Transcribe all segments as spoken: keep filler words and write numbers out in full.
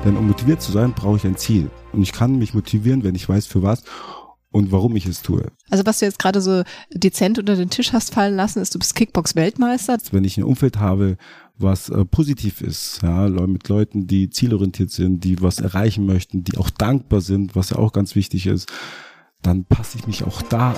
Denn um motiviert zu sein, brauche ich ein Ziel. Und ich kann mich motivieren, wenn ich weiß, für was und warum ich es tue. Also was du jetzt gerade so dezent unter den Tisch hast fallen lassen, ist, du bist Kickbox-Weltmeister. Wenn ich ein Umfeld habe, was äh, positiv ist, ja, mit Leuten, die zielorientiert sind, die was erreichen möchten, die auch dankbar sind, was ja auch ganz wichtig ist, dann passe ich mich auch da an.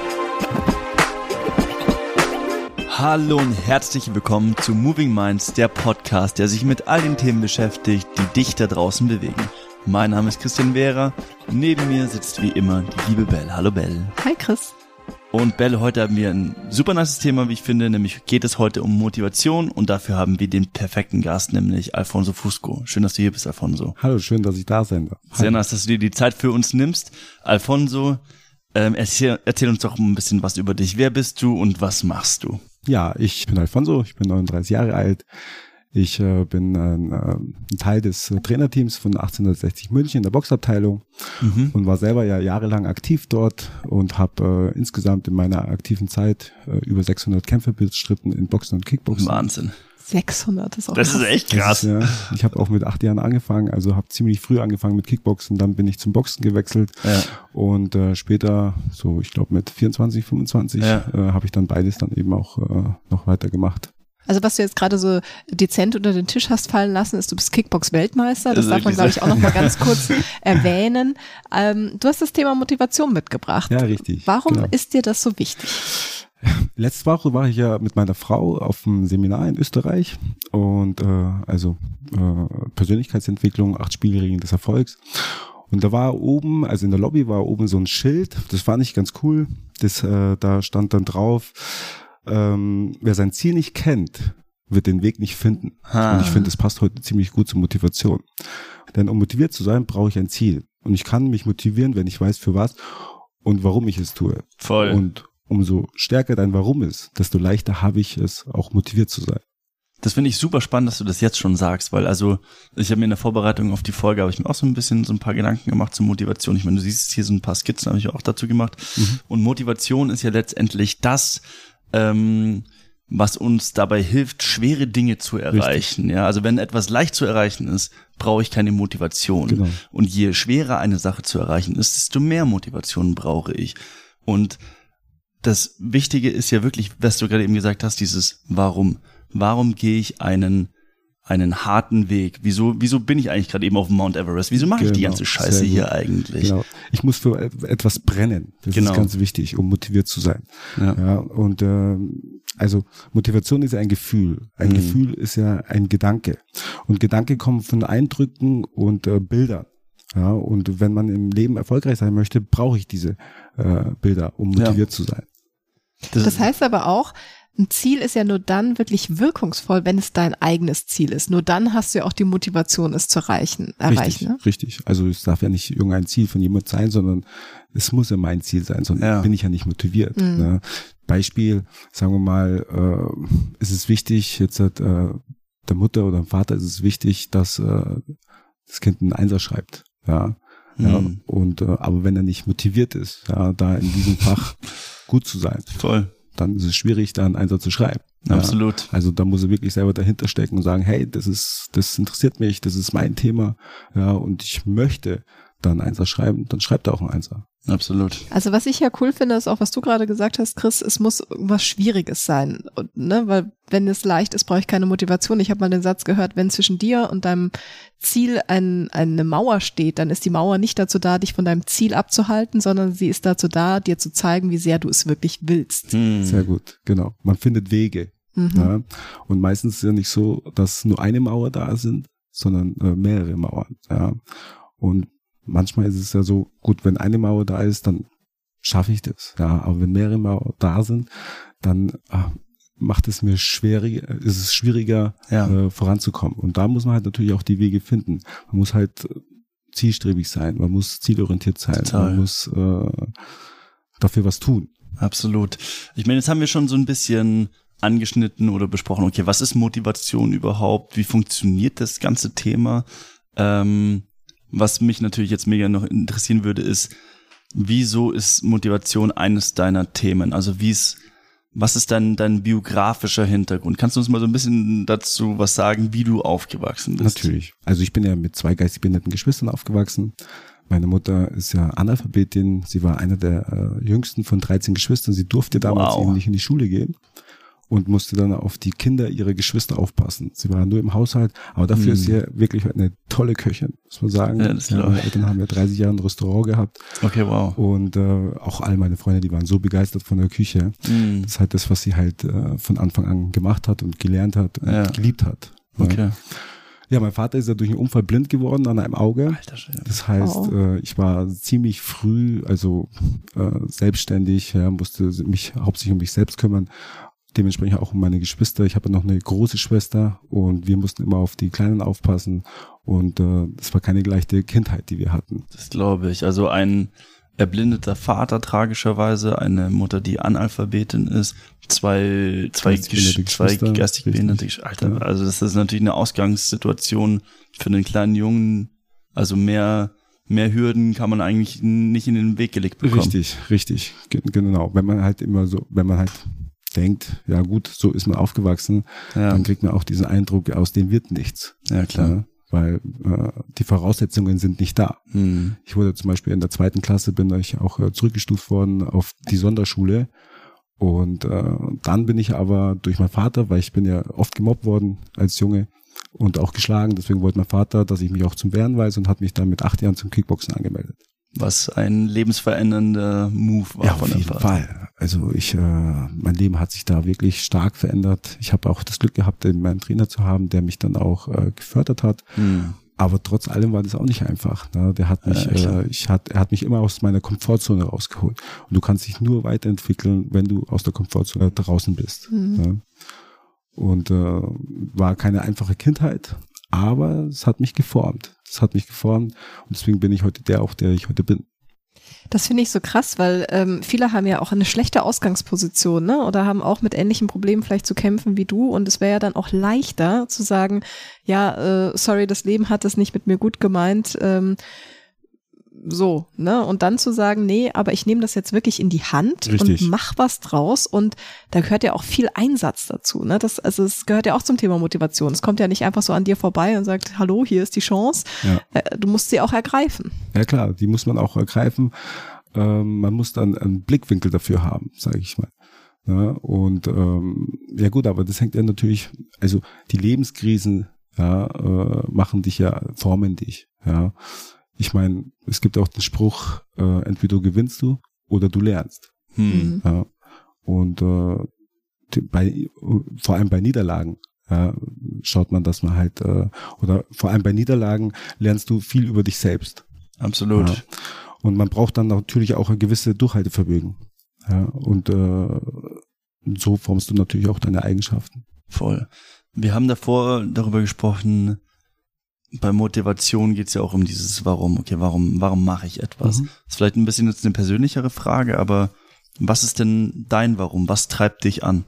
Hallo und herzlich willkommen zu Moving Minds, der Podcast, der sich mit all den Themen beschäftigt, die dich da draußen bewegen. Mein Name ist Christian Wehrer, neben mir sitzt wie immer die liebe Belle. Hallo Belle. Hi Chris. Und Belle, heute haben wir ein super nices Thema, wie ich finde, nämlich geht es heute um Motivation und dafür haben wir den perfekten Gast, nämlich Alfonso Fusco. Schön, dass du hier bist, Alfonso. Hallo, schön, dass ich da sein darf. Sehr nice, dass du dir die Zeit für uns nimmst. Alfonso, ähm, erzähl, erzähl uns doch ein bisschen was über dich. Wer bist du und was machst du? Ja, ich bin Alfonso, ich bin neununddreißig Jahre alt. Ich äh, bin ein, äh, ein Teil des äh, Trainerteams von achtzehnhundertsechzig München in der Boxabteilung mhm. und war selber ja jahrelang aktiv dort und habe äh, insgesamt in meiner aktiven Zeit äh, über sechshundert Kämpfe bestritten in Boxen und Kickboxen. Wahnsinn. sechshundert ist auch Das krass. ist echt krass. Ist, ja, ich habe auch mit acht Jahren angefangen, also habe ziemlich früh angefangen mit Kickboxen, dann bin ich zum Boxen gewechselt ja. und äh, später, so ich glaube mit vierundzwanzig, fünfundzwanzig, ja. äh, habe ich dann beides dann eben auch äh, noch weiter gemacht. Also was du jetzt gerade so dezent unter den Tisch hast fallen lassen, ist, du bist Kickbox-Weltmeister. Das, das darf man, glaube ich, auch noch mal ganz kurz erwähnen. Ähm, du hast das Thema Motivation mitgebracht. Ja, richtig. Warum genau. ist dir das so wichtig? Letzte Woche war ich ja mit meiner Frau auf einem Seminar in Österreich und äh, also äh, Persönlichkeitsentwicklung, acht Spielregeln des Erfolgs. Und da war oben, also in der Lobby war oben so ein Schild, das fand ich ganz cool. Das, äh, da stand dann drauf, ähm, wer sein Ziel nicht kennt, wird den Weg nicht finden. Ha. Und ich finde, das passt heute ziemlich gut zur Motivation. Denn um motiviert zu sein, brauche ich ein Ziel. Und ich kann mich motivieren, wenn ich weiß, für was und warum ich es tue. Voll. Und umso stärker dein Warum ist, desto leichter habe ich es, auch motiviert zu sein. Das finde ich super spannend, dass du das jetzt schon sagst, weil also ich habe mir in der Vorbereitung auf die Folge, habe ich mir auch so ein bisschen so ein paar Gedanken gemacht zur Motivation. Ich meine, du siehst hier so ein paar Skizzen, habe ich auch dazu gemacht. Mhm. Und Motivation ist ja letztendlich das, ähm, was uns dabei hilft, schwere Dinge zu erreichen. Richtig. Ja, also wenn etwas leicht zu erreichen ist, brauche ich keine Motivation. Genau. Und je schwerer eine Sache zu erreichen ist, desto mehr Motivation brauche ich. Und das Wichtige ist ja wirklich, was du gerade eben gesagt hast, dieses Warum. Warum gehe ich einen einen harten Weg? Wieso wieso bin ich eigentlich gerade eben auf dem Mount Everest? Wieso mache genau, ich die ganze Scheiße hier eigentlich? Genau. Ich muss für etwas brennen. Das genau. ist ganz wichtig, um motiviert zu sein. Ja. Ja, und äh, also Motivation ist ja ein Gefühl. Ein mhm. Gefühl ist ja ein Gedanke. Und Gedanke kommen von Eindrücken und äh, Bildern. Ja, und wenn man im Leben erfolgreich sein möchte, brauche ich diese äh, Bilder, um motiviert ja. zu sein. Das, das heißt aber auch, ein Ziel ist ja nur dann wirklich wirkungsvoll, wenn es dein eigenes Ziel ist. Nur dann hast du ja auch die Motivation, es zu erreichen. erreichen richtig, ne? richtig. Also es darf ja nicht irgendein Ziel von jemand sein, sondern es muss ja mein Ziel sein, sonst ja. bin ich ja nicht motiviert. Mhm. Ne? Beispiel, sagen wir mal, äh, ist es wichtig, jetzt hat äh, der Mutter oder dem Vater ist es wichtig, dass äh, das Kind einen Einser schreibt. Ja. Mhm. Ja, und äh, aber wenn er nicht motiviert ist, ja, da in diesem Fach gut zu sein, voll, dann ist es schwierig, da einen Einsatz zu schreiben. Ja. Absolut. Also da muss er wirklich selber dahinter stecken und sagen, hey, das ist, das interessiert mich, das ist mein Thema, ja, und ich möchte da einen Einsatz schreiben, dann schreibt er auch einen Einsatz. Absolut. Also was ich ja cool finde, ist auch, was du gerade gesagt hast, Chris, es muss irgendwas Schwieriges sein, und, ne, weil wenn es leicht ist, brauche ich keine Motivation. Ich habe mal den Satz gehört, wenn zwischen dir und deinem Ziel ein, eine Mauer steht, dann ist die Mauer nicht dazu da, dich von deinem Ziel abzuhalten, sondern sie ist dazu da, dir zu zeigen, wie sehr du es wirklich willst. Hm. Sehr gut, genau. Man findet Wege. Mhm. Ja, und meistens ist es ja nicht so, dass nur eine Mauer da sind, sondern äh, mehrere Mauern. Ja. Und manchmal ist es ja so, gut, wenn eine Mauer da ist, dann schaffe ich das. Ja, aber wenn mehrere Mauern da sind, dann äh, macht es mir schwieriger, ist es schwieriger, ja. äh, voranzukommen. Und da muss man halt natürlich auch die Wege finden. Man muss halt zielstrebig sein, man muss zielorientiert sein, Total. man muss äh, dafür was tun. Absolut. Ich meine, jetzt haben wir schon so ein bisschen angeschnitten oder besprochen, okay, was ist Motivation überhaupt? Wie funktioniert das ganze Thema? Ähm, was mich natürlich jetzt mega noch interessieren würde, ist, wieso ist Motivation eines deiner Themen? Also wie ist was ist dein, dein biografischer Hintergrund? Kannst du uns mal so ein bisschen dazu was sagen, wie du aufgewachsen bist? Natürlich. Also ich bin ja mit zwei geistig behinderten Geschwistern aufgewachsen. Meine Mutter ist ja Analphabetin. Sie war einer der äh, jüngsten von dreizehn Geschwistern. Sie durfte damals Wow. eben nicht in die Schule gehen und musste dann auf die Kinder ihrer Geschwister aufpassen. Sie war nur im Haushalt, aber dafür Hm. ist sie wirklich eine tolle Köchin, muss man sagen. Ja, das ja, glaub ich. meine Eltern haben ja dreißig Jahre ein Restaurant gehabt Okay, wow. und äh, auch all meine Freunde, die waren so begeistert von der Küche. Hm. Das ist halt das, was sie halt äh, von Anfang an gemacht hat und gelernt hat und Ja. geliebt hat. Ja. Okay. Ja, mein Vater ist ja durch einen Unfall blind geworden an einem Auge. Alter Schwede. Das heißt, Oh. äh, ich war ziemlich früh, also äh, selbstständig, ja, musste mich hauptsächlich um mich selbst kümmern. Dementsprechend auch um meine Geschwister. Ich habe noch eine große Schwester und wir mussten immer auf die Kleinen aufpassen. Und äh, das war keine leichte Kindheit, die wir hatten. Das glaube ich. Also ein erblindeter Vater tragischerweise, eine Mutter, die Analphabetin ist, zwei, zwei, Geistig behinderte Gesch- zwei Geschwister, geistig behinderte richtig. Gesch- Alter, Ja. also das ist natürlich eine Ausgangssituation für einen kleinen Jungen. Also mehr, mehr Hürden kann man eigentlich nicht in den Weg gelegt bekommen. Richtig, richtig, Ge- genau. Wenn man halt immer so, wenn man halt denkt, ja gut, so ist man aufgewachsen, Ja, dann kriegt man auch diesen Eindruck, aus dem wird nichts. ja klar. Ja, weil äh, die Voraussetzungen sind nicht da. Hm. Ich wurde zum Beispiel in der zweiten Klasse, bin ich auch äh, zurückgestuft worden auf die Sonderschule. Und äh, dann bin ich aber durch meinen Vater, weil ich bin ja oft gemobbt worden als Junge und auch geschlagen, deswegen wollte mein Vater, dass ich mich auch zum Wehren weiß und hat mich dann mit acht Jahren zum Kickboxen angemeldet. Was ein lebensverändernder Move war Ja, von auf der jeden Vater. Fall. Also ich, äh, mein Leben hat sich da wirklich stark verändert. Ich habe auch das Glück gehabt, meinen Trainer zu haben, der mich dann auch äh, gefördert hat. Hm. Aber trotz allem war das auch nicht einfach. Ne? Der hat mich, Ja, klar. äh, ich hat, er hat mich immer aus meiner Komfortzone rausgeholt. Und du kannst dich nur weiterentwickeln, wenn du aus der Komfortzone draußen bist. Mhm. Ne? Und äh, war keine einfache Kindheit, aber es hat mich geformt. Es hat mich geformt und deswegen bin ich heute der, auch der ich heute bin. Das finde ich so krass, weil ähm, viele haben ja auch eine schlechte Ausgangsposition, ne? Oder haben auch mit ähnlichen Problemen vielleicht zu kämpfen wie du. Und es wäre ja dann auch leichter zu sagen, ja, äh, sorry, das Leben hat es nicht mit mir gut gemeint. Ähm, so, ne? Und dann zu sagen, nee, aber ich nehme das jetzt wirklich in die Hand Richtig. und mach was draus. Und da gehört ja auch viel Einsatz dazu, ne? Das, also es gehört ja auch zum Thema Motivation. Es kommt ja nicht einfach so an dir vorbei und sagt, hallo, hier ist die Chance. Ja. Äh, Du musst sie auch ergreifen. Ja klar, die muss man auch ergreifen. Ähm, man muss dann einen Blickwinkel dafür haben, sage ich mal. Ja, und ähm, ja gut, aber das hängt ja natürlich, also die Lebenskrisen ja, äh, machen dich ja, formen dich. Ja, ich meine, es gibt auch den Spruch, äh, entweder gewinnst du oder du lernst. Hm. Ja, und äh, die, bei, vor allem bei Niederlagen. Ja, schaut man, dass man halt, äh, oder vor allem bei Niederlagen lernst du viel über dich selbst. Absolut. Ja. Und man braucht dann natürlich auch ein gewisse Durchhaltevermögen. Ja, und äh, so formst du natürlich auch deine Eigenschaften. Voll. Wir haben davor darüber gesprochen, bei Motivation geht es ja auch um dieses Warum. Okay, warum, warum mache ich etwas? Mhm. Das ist vielleicht ein bisschen jetzt eine persönlichere Frage, aber was ist denn dein Warum? Was treibt dich an?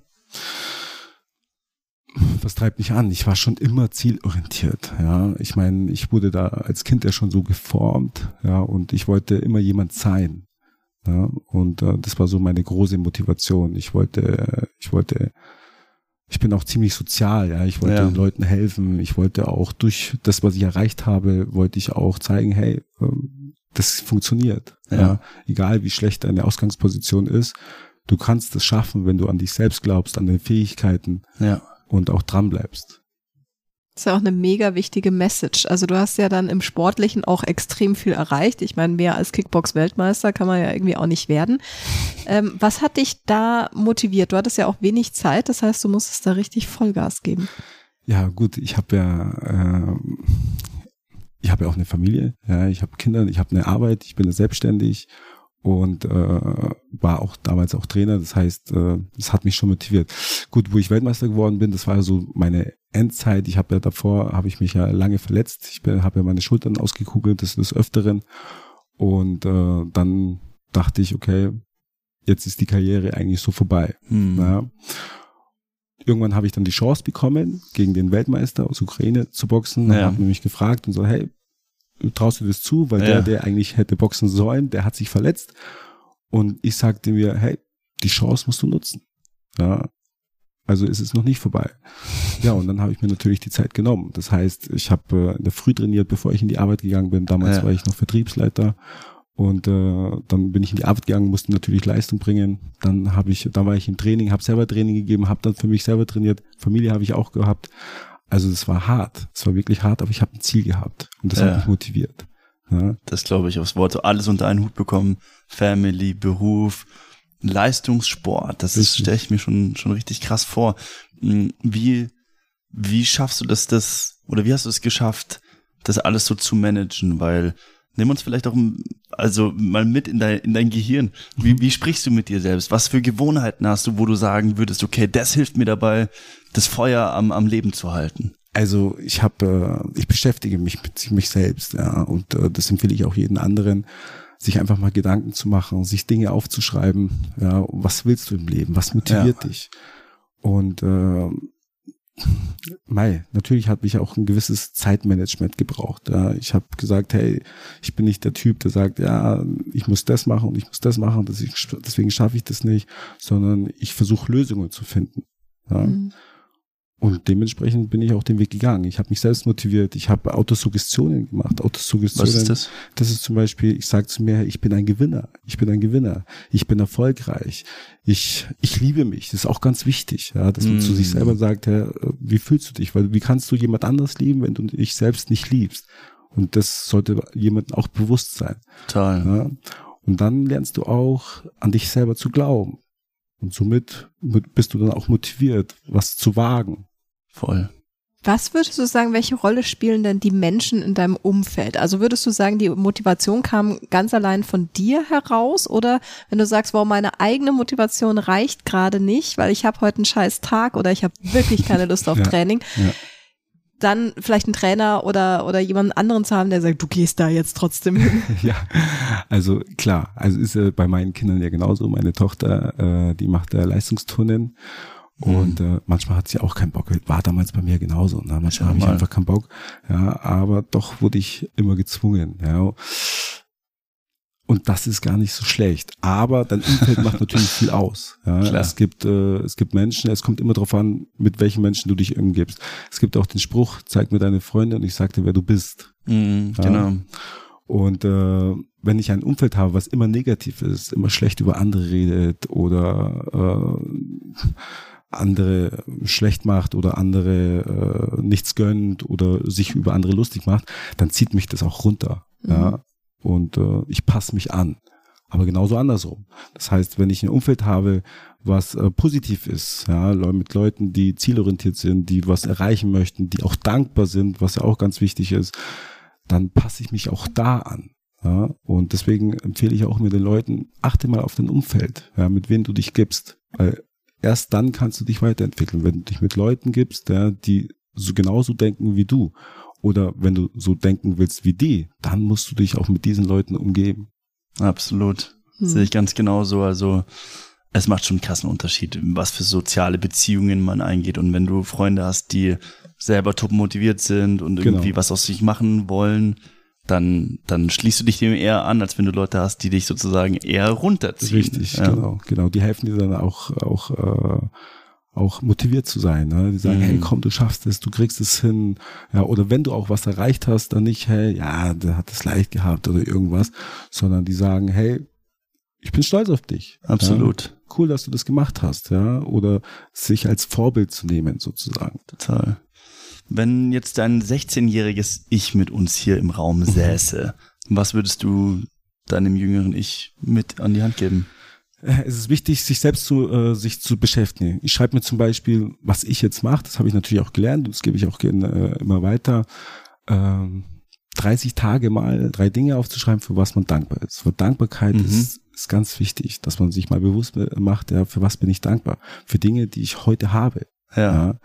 Was treibt mich an? Ich war schon immer zielorientiert. Ja, ich meine, ich wurde da als Kind ja schon so geformt. Ja, und ich wollte immer jemand sein. Ja, und äh, das war so meine große Motivation. Ich wollte, ich wollte, ich bin auch ziemlich sozial. Ja, ich wollte Ja. den Leuten helfen. Ich wollte auch durch das, was ich erreicht habe, wollte ich auch zeigen, hey, ähm, das funktioniert. Ja. Ja, egal wie schlecht deine Ausgangsposition ist, du kannst es schaffen, wenn du an dich selbst glaubst, an deine Fähigkeiten. Ja. Und auch dran bleibst. Das ist ja auch eine mega wichtige Message. Also du hast ja dann im Sportlichen auch extrem viel erreicht. Ich meine, mehr als Kickbox-Weltmeister kann man ja irgendwie auch nicht werden. Ähm, was hat dich da motiviert? Du hattest ja auch wenig Zeit, das heißt, du musstest da richtig Vollgas geben. Ja gut, ich habe ja, äh, ich habe ja auch eine Familie, ja, ich habe Kinder, ich habe eine Arbeit, ich bin ja selbstständig und äh, war auch damals auch Trainer, das heißt, äh, das hat mich schon motiviert. Gut, wo ich Weltmeister geworden bin, das war so meine Endzeit. Ich habe ja davor, habe ich mich ja lange verletzt. Ich habe ja meine Schultern ausgekugelt, das des Öfteren. Und äh, dann dachte ich, okay, jetzt ist die Karriere eigentlich so vorbei. Hm. Ja. Irgendwann habe ich dann die Chance bekommen, gegen den Weltmeister aus Ukraine zu boxen. Dann Ja. hat man mich gefragt und so, hey, traust du das zu? Weil Ja. der, der eigentlich hätte boxen sollen, der hat sich verletzt. Und ich sagte mir, hey, die Chance musst du nutzen. Ja, also ist es noch nicht vorbei. Ja, und dann habe ich mir natürlich die Zeit genommen. Das heißt, ich habe äh, in der Früh trainiert, bevor ich in die Arbeit gegangen bin. Damals ja. war ich noch Vertriebsleiter. Und äh, dann bin ich in die Arbeit gegangen, musste natürlich Leistung bringen. Dann habe ich, dann war ich im Training, habe selber Training gegeben, habe dann für mich selber trainiert. Familie habe ich auch gehabt. Also das war hart. Es war wirklich hart, aber ich habe ein Ziel gehabt und das ja. hat mich motiviert. Ja. Das glaube ich aufs Wort. So alles unter einen Hut bekommen. Family, Beruf, Leistungssport. Das ist, stelle ich mir schon schon richtig krass vor. Wie wie schaffst du das, das oder wie hast du es geschafft, das alles so zu managen? Weil nimm uns vielleicht auch also mal mit in dein in dein Gehirn. Wie wie sprichst du mit dir selbst? Was für Gewohnheiten hast du, wo du sagen würdest, okay, das hilft mir dabei, das Feuer am am Leben zu halten? Also ich habe, ich beschäftige mich mit mich selbst, ja, und äh, das empfehle ich auch jeden anderen, sich einfach mal Gedanken zu machen, sich Dinge aufzuschreiben, ja, was willst du im Leben, was motiviert ja. dich? Und äh, mei, natürlich habe ich auch ein gewisses Zeitmanagement gebraucht. Ja. Ich habe gesagt, hey, ich bin nicht der Typ, der sagt, ja, ich muss das machen und ich muss das machen, deswegen schaffe ich das nicht, sondern ich versuche Lösungen zu finden. Ja. Mhm. Und dementsprechend bin ich auch den Weg gegangen. Ich habe mich selbst motiviert. Ich habe Autosuggestionen gemacht. Autosuggestionen. Was ist das? Das ist zum Beispiel, ich sage zu mir, ich bin ein Gewinner. Ich bin ein Gewinner. Ich bin erfolgreich. Ich ich liebe mich. Das ist auch ganz wichtig, ja, dass man mm. zu sich selber sagt, ja, wie fühlst du dich? Weil wie kannst du jemand anders lieben, wenn du dich selbst nicht liebst? Und das sollte jemandem auch bewusst sein. Total. Ja? Und dann lernst du auch, an dich selber zu glauben. Und somit bist du dann auch motiviert, was zu wagen. Voll. Was würdest du sagen, welche Rolle spielen denn die Menschen in deinem Umfeld? Also würdest du sagen, die Motivation kam ganz allein von dir heraus? Oder wenn du sagst, wow, meine eigene Motivation reicht gerade nicht, weil ich habe heute einen scheiß Tag oder ich habe wirklich keine Lust auf ja, Training, ja. dann vielleicht einen Trainer oder oder jemanden anderen zu haben, der sagt, du gehst da jetzt trotzdem hin. Ja, also klar, also ist ja bei meinen Kindern ja genauso. Meine Tochter, äh, die macht ja Leistungsturnen. Und äh, manchmal hat sie auch keinen Bock. War damals bei mir genauso. Ne? Manchmal habe ich einfach keinen Bock. Ja, aber doch wurde ich immer gezwungen. Ja. Und das ist gar nicht so schlecht. Aber dein Umfeld macht natürlich viel aus. Ja. Es gibt äh, es gibt Menschen. Es kommt immer darauf an, mit welchen Menschen du dich umgibst. Es gibt auch den Spruch: Zeig mir deine Freunde und ich sag dir, wer du bist. Mhm, ja. Genau. Und äh, wenn ich ein Umfeld habe, was immer negativ ist, immer schlecht über andere redet oder äh, andere schlecht macht oder andere äh, nichts gönnt oder sich über andere lustig macht, dann zieht mich das auch runter. Mhm. Ja, und äh, ich passe mich an. Aber genauso andersrum. Das heißt, wenn ich ein Umfeld habe, was äh, positiv ist, ja, mit Leuten, die zielorientiert sind, die was erreichen möchten, die auch dankbar sind, was ja auch ganz wichtig ist, dann passe ich mich auch da an. Ja, und deswegen empfehle ich auch mir den Leuten, achte mal auf dein Umfeld, ja, mit wem du dich gibst. Weil erst dann kannst du dich weiterentwickeln, wenn du dich mit Leuten gibst, ja, die so genauso denken wie du. Oder wenn du so denken willst wie die, dann musst du dich auch mit diesen Leuten umgeben. Absolut. Hm. Sehe ich ganz genauso. Also es macht schon einen krassen Unterschied, was für soziale Beziehungen man eingeht. Und wenn du Freunde hast, die selber top motiviert sind und irgendwie genau. was aus sich machen wollen, dann dann schließt du dich dem eher an, als wenn du Leute hast, die dich sozusagen eher runterziehen. Richtig, ja. genau, genau. Die helfen dir dann auch auch äh, auch motiviert zu sein. Ne? Die sagen, mhm. hey, komm, du schaffst es, du kriegst es hin. Ja, oder wenn du auch was erreicht hast, dann nicht, hey, ja, der hat es leicht gehabt oder irgendwas, sondern die sagen, hey, ich bin stolz auf dich. Absolut. Ja? Cool, dass du das gemacht hast, ja. Oder sich als Vorbild zu nehmen, sozusagen. Total. Wenn jetzt dein sechzehnjähriges Ich mit uns hier im Raum säße, was würdest du deinem jüngeren Ich mit an die Hand geben? Es ist wichtig, sich selbst zu äh, sich zu beschäftigen. Ich schreibe mir zum Beispiel, was ich jetzt mache, das habe ich natürlich auch gelernt und das gebe ich auch gerne äh, immer weiter. Ähm, dreißig Tage mal drei Dinge aufzuschreiben, für was man dankbar ist. Für Dankbarkeit mhm. ist, ist ganz wichtig, dass man sich mal bewusst macht, ja, für was bin ich dankbar? Für Dinge, die ich heute habe. Ja. ja.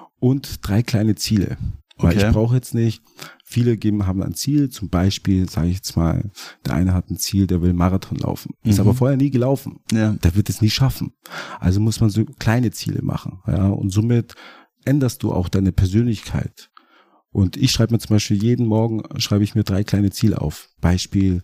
Und drei kleine Ziele. Weil okay. ich brauche jetzt nicht, viele geben, haben ein Ziel, zum Beispiel, sage ich jetzt mal, der eine hat ein Ziel, der will Marathon laufen, mhm. ist aber vorher nie gelaufen, ja. der wird es nie schaffen. Also muss man so kleine Ziele machen, ja, und somit änderst du auch deine Persönlichkeit. Und ich schreibe mir zum Beispiel jeden Morgen, schreibe ich mir drei kleine Ziele auf. Beispiel,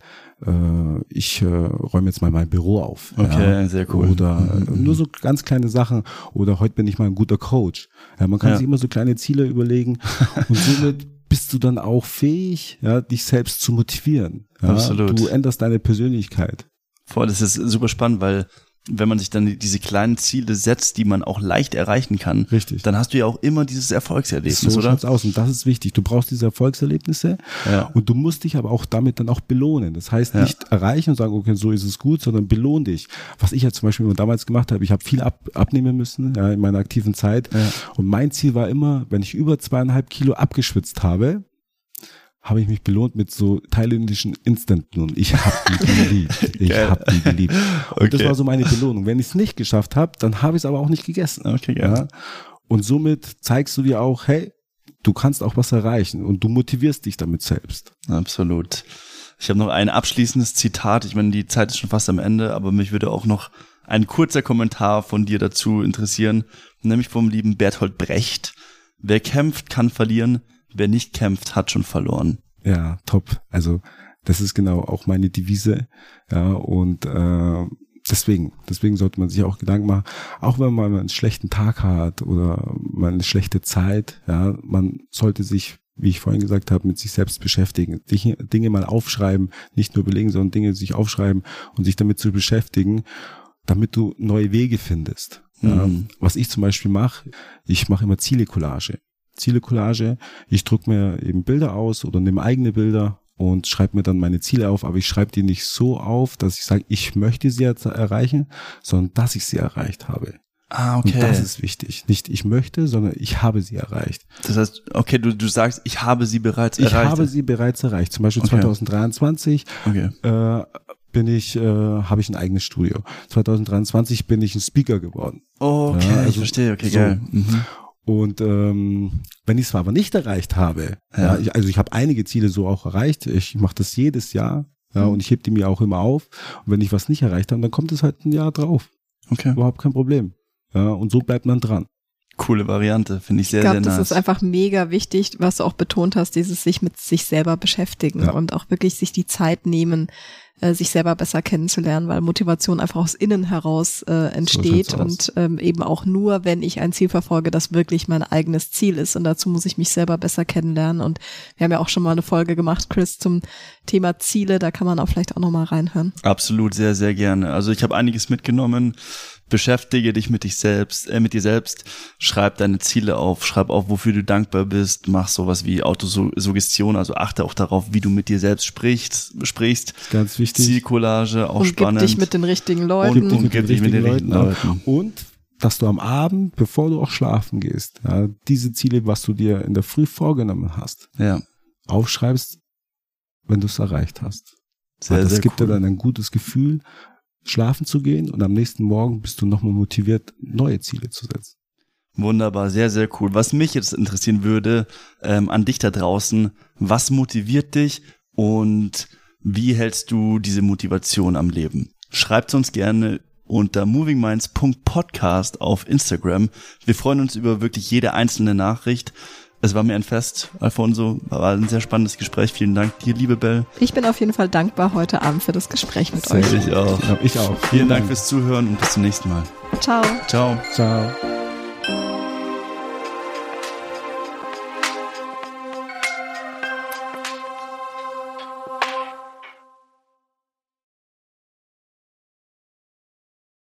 äh, ich äh, räume jetzt mal mein Büro auf. Okay, ja. sehr cool. Oder mhm. nur so ganz kleine Sachen. Oder heute bin ich mal ein guter Coach. Ja, man kann ja. sich immer so kleine Ziele überlegen und somit bist du dann auch fähig, ja, dich selbst zu motivieren. Ja. Absolut. Du änderst deine Persönlichkeit. Voll, das ist super spannend, weil wenn man sich dann diese kleinen Ziele setzt, die man auch leicht erreichen kann, richtig, dann hast du ja auch immer dieses Erfolgserlebnis, so oder? Schaut's aus und das ist wichtig. Du brauchst diese Erfolgserlebnisse ja. und du musst dich aber auch damit dann auch belohnen. Das heißt ja. nicht erreichen und sagen, okay, so ist es gut, sondern belohn dich. Was ich ja zum Beispiel immer damals gemacht habe, ich habe viel ab, abnehmen müssen, ja, in meiner aktiven Zeit ja. und mein Ziel war immer, wenn ich über zweieinhalb Kilo abgeschwitzt habe, habe ich mich belohnt mit so thailändischen Instant-Nudeln. Ich habe die geliebt. Ich habe die geliebt. Und okay. das war so meine Belohnung. Wenn ich es nicht geschafft habe, dann habe ich es aber auch nicht gegessen. Okay, ja. ja. Und somit zeigst du dir auch, hey, du kannst auch was erreichen und du motivierst dich damit selbst. Absolut. Ich habe noch ein abschließendes Zitat. Ich meine, die Zeit ist schon fast am Ende, aber mich würde auch noch ein kurzer Kommentar von dir dazu interessieren, nämlich vom lieben Bertolt Brecht. Wer kämpft, kann verlieren. Wer nicht kämpft, hat schon verloren. Ja, top. Also das ist genau auch meine Devise. Ja, und äh, deswegen, deswegen sollte man sich auch Gedanken machen, auch wenn man mal einen schlechten Tag hat oder mal eine schlechte Zeit, ja, man sollte sich, wie ich vorhin gesagt habe, mit sich selbst beschäftigen. Dinge mal aufschreiben, nicht nur belegen, sondern Dinge sich aufschreiben und sich damit zu beschäftigen, damit du neue Wege findest. Mhm. Ja, was ich zum Beispiel mache, ich mache immer Ziele-Collage. Ziele-Collage, ich druck mir eben Bilder aus oder nehme eigene Bilder und schreibe mir dann meine Ziele auf, aber ich schreibe die nicht so auf, dass ich sage, ich möchte sie jetzt erreichen, sondern dass ich sie erreicht habe. Ah, okay. Und das ist wichtig. Nicht ich möchte, sondern ich habe sie erreicht. Das heißt, okay, du, du sagst, ich habe sie bereits ich erreicht. Ich habe sie bereits erreicht. Zum Beispiel okay. zwanzig dreiundzwanzig okay. äh, bin ich, äh, habe ich ein eigenes Studio. zwanzig dreiundzwanzig bin ich ein Speaker geworden. Oh, okay, ja, also ich verstehe, okay, so. Geil. Mhm. Und ähm, wenn ich es aber nicht erreicht habe, ja. ja, ich, also ich habe einige Ziele so auch erreicht, ich mache das jedes Jahr, ja, mhm. und ich hebe die mir auch immer auf. Und wenn ich was nicht erreicht habe, dann kommt es halt ein Jahr drauf. Okay. Überhaupt kein Problem. Ja, und so bleibt man dran. Coole Variante, finde ich sehr, ich glaub, sehr nice. Das ist einfach mega wichtig, was du auch betont hast, dieses sich mit sich selber beschäftigen ja. und auch wirklich sich die Zeit nehmen, äh, sich selber besser kennenzulernen, weil Motivation einfach aus innen heraus äh, entsteht so und ähm, eben auch nur, wenn ich ein Ziel verfolge, das wirklich mein eigenes Ziel ist und dazu muss ich mich selber besser kennenlernen und wir haben ja auch schon mal eine Folge gemacht, Chris, zum Thema Ziele, da kann man auch vielleicht auch nochmal reinhören. Absolut, sehr, sehr gerne. Also ich habe einiges mitgenommen. Beschäftige dich mit dich selbst, äh, mit dir selbst, schreib deine Ziele auf, schreib auf, wofür du dankbar bist, mach sowas wie Autosuggestion, also achte auch darauf, wie du mit dir selbst sprichst, sprichst. Ganz wichtig. Zielcollage, auch und spannend. Gib dich mit den richtigen Leuten. Und, und gib dich mit den richtigen Leuten. Leuten. Und dass du am Abend, bevor du auch schlafen gehst, ja, diese Ziele, was du dir in der Früh vorgenommen hast, ja. aufschreibst, wenn du es erreicht hast. Sehr, Weil das sehr gibt cool. dir dann ein gutes Gefühl, schlafen zu gehen und am nächsten Morgen bist du nochmal motiviert, neue Ziele zu setzen. Wunderbar, sehr, sehr cool. Was mich jetzt interessieren würde, ähm, an dich da draußen, was motiviert dich und wie hältst du diese Motivation am Leben? Schreibt uns gerne unter moving minds punkt podcast auf Instagram. Wir freuen uns über wirklich jede einzelne Nachricht. Es war mir ein Fest, Alfonso. War ein sehr spannendes Gespräch. Vielen Dank dir, liebe Bell. Ich bin auf jeden Fall dankbar heute Abend für das Gespräch mit sehr euch. Ich auch. Ja, ich auch. Vielen Dank fürs Zuhören und bis zum nächsten Mal. Ciao. Ciao. Ciao.